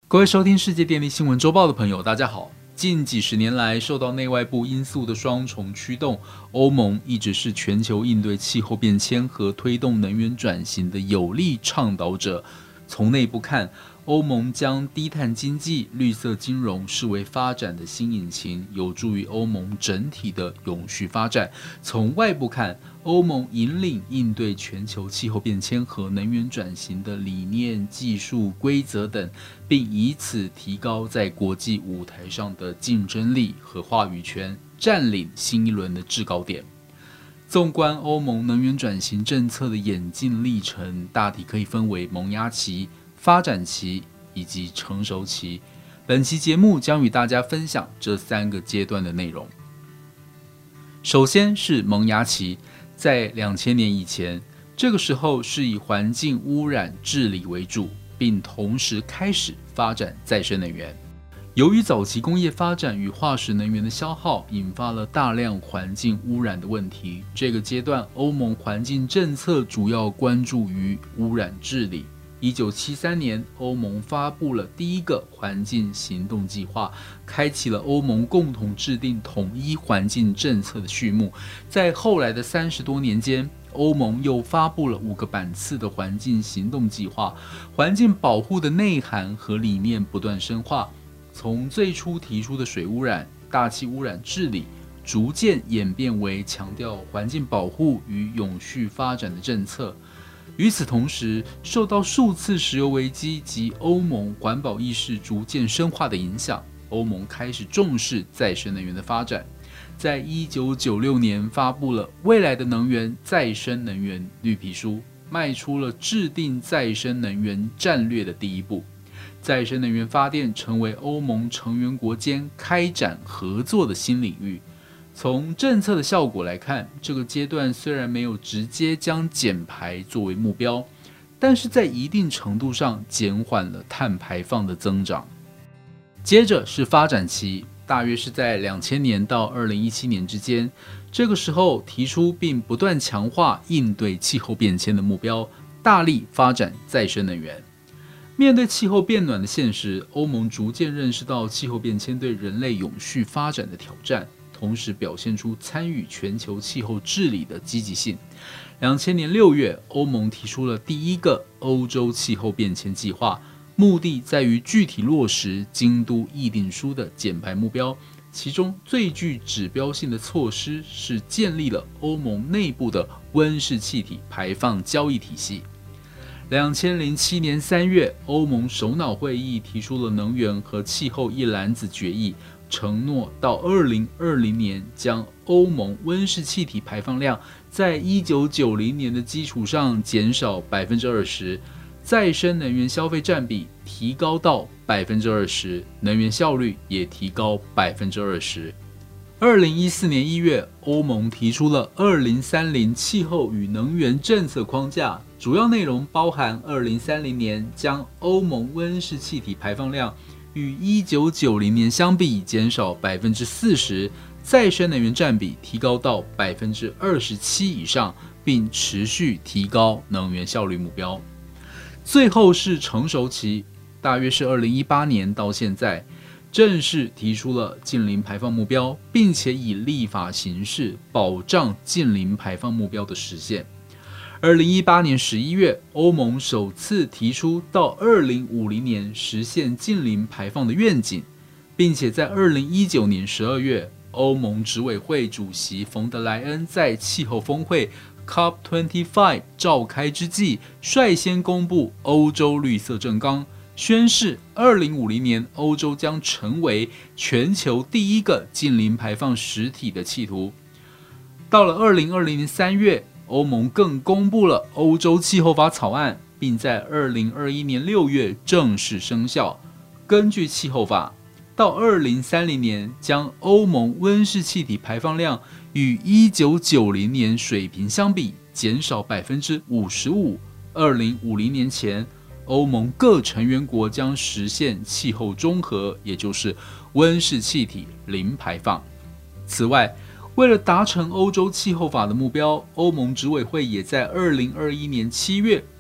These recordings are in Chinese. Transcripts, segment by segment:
各位收听世界电力新闻周报的朋友，大家好。近几十年来，受到内外部因素的双重驱动，欧盟一直是全球应对气候变迁和推动能源转型的有力倡导者。从内部看，欧盟将低碳经济、绿色金融视为发展的新引擎，有助于欧盟整体的永续发展。从外部看，欧盟引领应对全球气候变迁和能源转型的理念、技术、规则等，并以此提高在国际舞台上的竞争力和话语权，占领新一轮的制高点。纵观欧盟能源转型政策的演进历程，大体可以分为萌芽期、发展期以及成熟期。本期节目将与大家分享这3个阶段的内容。首先是萌芽期，在2000年以前，这个时候是以环境污染治理为主，并同时开始发展再生能源。由于早期工业发展与化石能源的消耗，引发了大量环境污染的问题。这个阶段，欧盟环境政策主要关注于污染治理。1973年，欧盟发布了第一个环境行动计划，开启了欧盟共同制定统一环境政策的序幕。在后来的30多年间，欧盟又发布了5个版次的环境行动计划，环境保护的内涵和理念不断深化。从最初提出的水污染、大气污染治理，逐渐演变为强调环境保护与永续发展的政策。与此同时，受到数次石油危机及欧盟环保意识逐渐深化的影响，欧盟开始重视再生能源的发展。在1996年发布了《未来的能源再生能源绿皮书》，迈出了制定再生能源战略的第一步。再生能源发电成为欧盟成员国间开展合作的新领域。从政策的效果来看，这个阶段虽然没有直接将减排作为目标，但是在一定程度上减缓了碳排放的增长。接着是发展期，大约是在2000年到2017年之间，这个时候提出并不断强化应对气候变迁的目标，大力发展再生能源。面对气候变暖的现实，欧盟逐渐认识到气候变迁对人类永续发展的挑战，同时表现出参与全球气候治理的积极性。2000年6月，欧盟提出了第一个欧洲气候变迁计划，目的在于具体落实京都议定书的减排目标。其中最具指标性的措施是建立了欧盟内部的温室气体排放交易体系。2007年3月，欧盟首脑会议提出了能源和气候一揽子决议，承诺到2020年将欧盟温室气体排放量在1990年的基础上减少 20%， 再生能源消费占比提高到 20%， 能源效率也提高 20%。2014年1月，欧盟提出了2030气候与能源政策框架，主要内容包含2030年将欧盟温室气体排放量与1990年相比减少 40%， 再生能源占比提高到 27% 以上，并持续提高能源效率目标。最后是成熟期，大约是2018年到现在，正式提出了净零排放目标，并且以立法形式保障净零排放目标的实现。2018年11月，欧盟首次提出到2050年实现净零排放的愿景，并且在2019年12月，欧盟执委会主席冯德莱恩在气候峰会 COP25 召开之际，率先公布欧洲绿色政纲，宣示2050年欧洲将成为全球第一个净零排放实体的企图。到了2020年3月，欧盟更公布了欧洲气候法草案，并在2021年6月正式生效。根据气候法，到2030年将欧盟温室气体排放量与1990年水平相比减少 55%。2050年前，欧盟各成员国将实现气候中和，也就是温室气体零排放。此外，为了达成欧洲气候法的目标，欧盟执委会也在2021年7月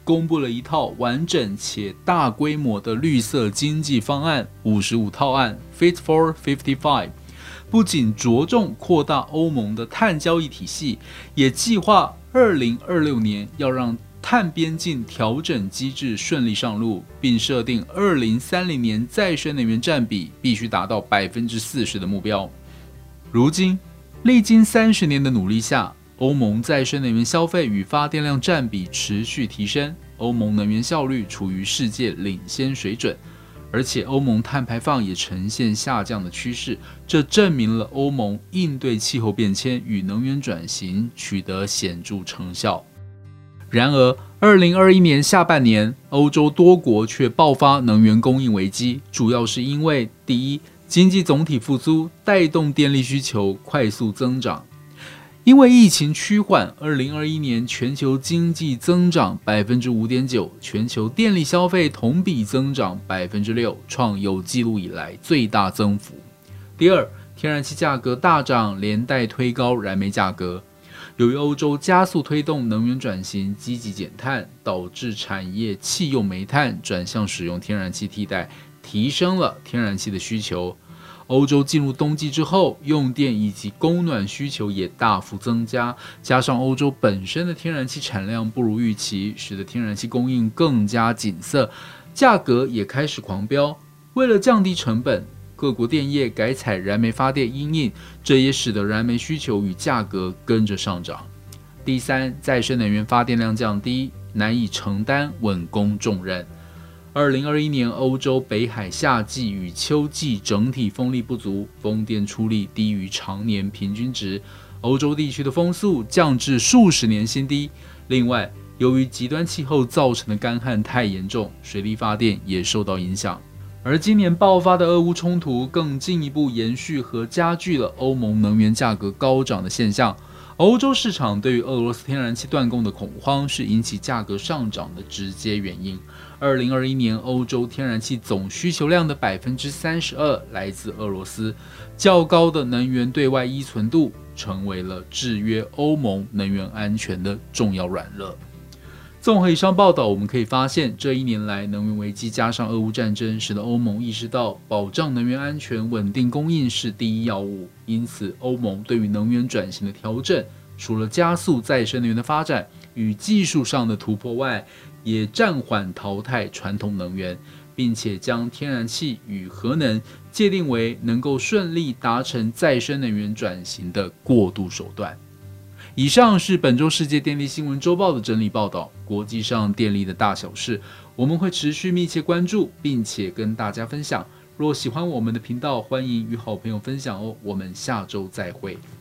公布了一套完整且大规模的绿色经济方案55套案 Fit for 55， 不仅着重扩大欧盟的碳交易体系，也计划2026年要让碳边境调整机制顺利上路，并设定2030年再生能源占比必须达到40%的目标。如今，历经30年的努力下，欧盟再生能源消费与发电量占比持续提升，欧盟能源效率处于世界领先水准，而且欧盟碳排放也呈现下降的趋势，这证明了欧盟应对气候变迁与能源转型取得显著成效。然而，2021年下半年，欧洲多国却爆发能源供应危机，主要是因为第一，经济总体复苏带动电力需求快速增长。因为疫情趋缓，2021年全球经济增长 5.9%， 全球电力消费同比增长 6%， 创有纪录以来最大增幅。第二，天然气价格大涨，连带推高燃煤价格。由于欧洲加速推动能源转型，积极减碳，导致产业弃用煤炭，转向使用天然气替代，提升了天然气的需求。欧洲进入冬季之后，用电以及供暖需求也大幅增加，加上欧洲本身的天然气产量不如预期，使得天然气供应更加紧塞，价格也开始狂飙。为了降低成本，各国电业改采燃煤发电因应，这也使得燃煤需求与价格跟着上涨。第三，再生能源发电量降低，难以承担稳工重任。2021年，欧洲北海夏季与秋季整体风力不足，风电出力低于常年平均值，欧洲地区的风速降至数十年新低。另外，由于极端气候造成的干旱太严重，水力发电也受到影响。而今年爆发的俄乌冲突更进一步延续和加剧了欧盟能源价格高涨的现象。欧洲市场对于俄罗斯天然气断供的恐慌是引起价格上涨的直接原因。2021年欧洲天然气总需求量的 32% 来自俄罗斯，较高的能源对外依存度成为了制约欧盟能源安全的重要软肋。综合以上报道，我们可以发现，这一年来能源危机加上俄乌战争，使得欧盟意识到保障能源安全、稳定供应是第一要务。因此，欧盟对于能源转型的调整，除了加速再生能源的发展与技术上的突破外，也暂缓淘汰传统能源，并且将天然气与核能界定为能够顺利达成再生能源转型的过渡手段。以上是本周世界电力新闻周报的整理报道，国际上电力的大小事，我们会持续密切关注，并且跟大家分享。若喜欢我们的频道，欢迎与好朋友分享哦。我们下周再会。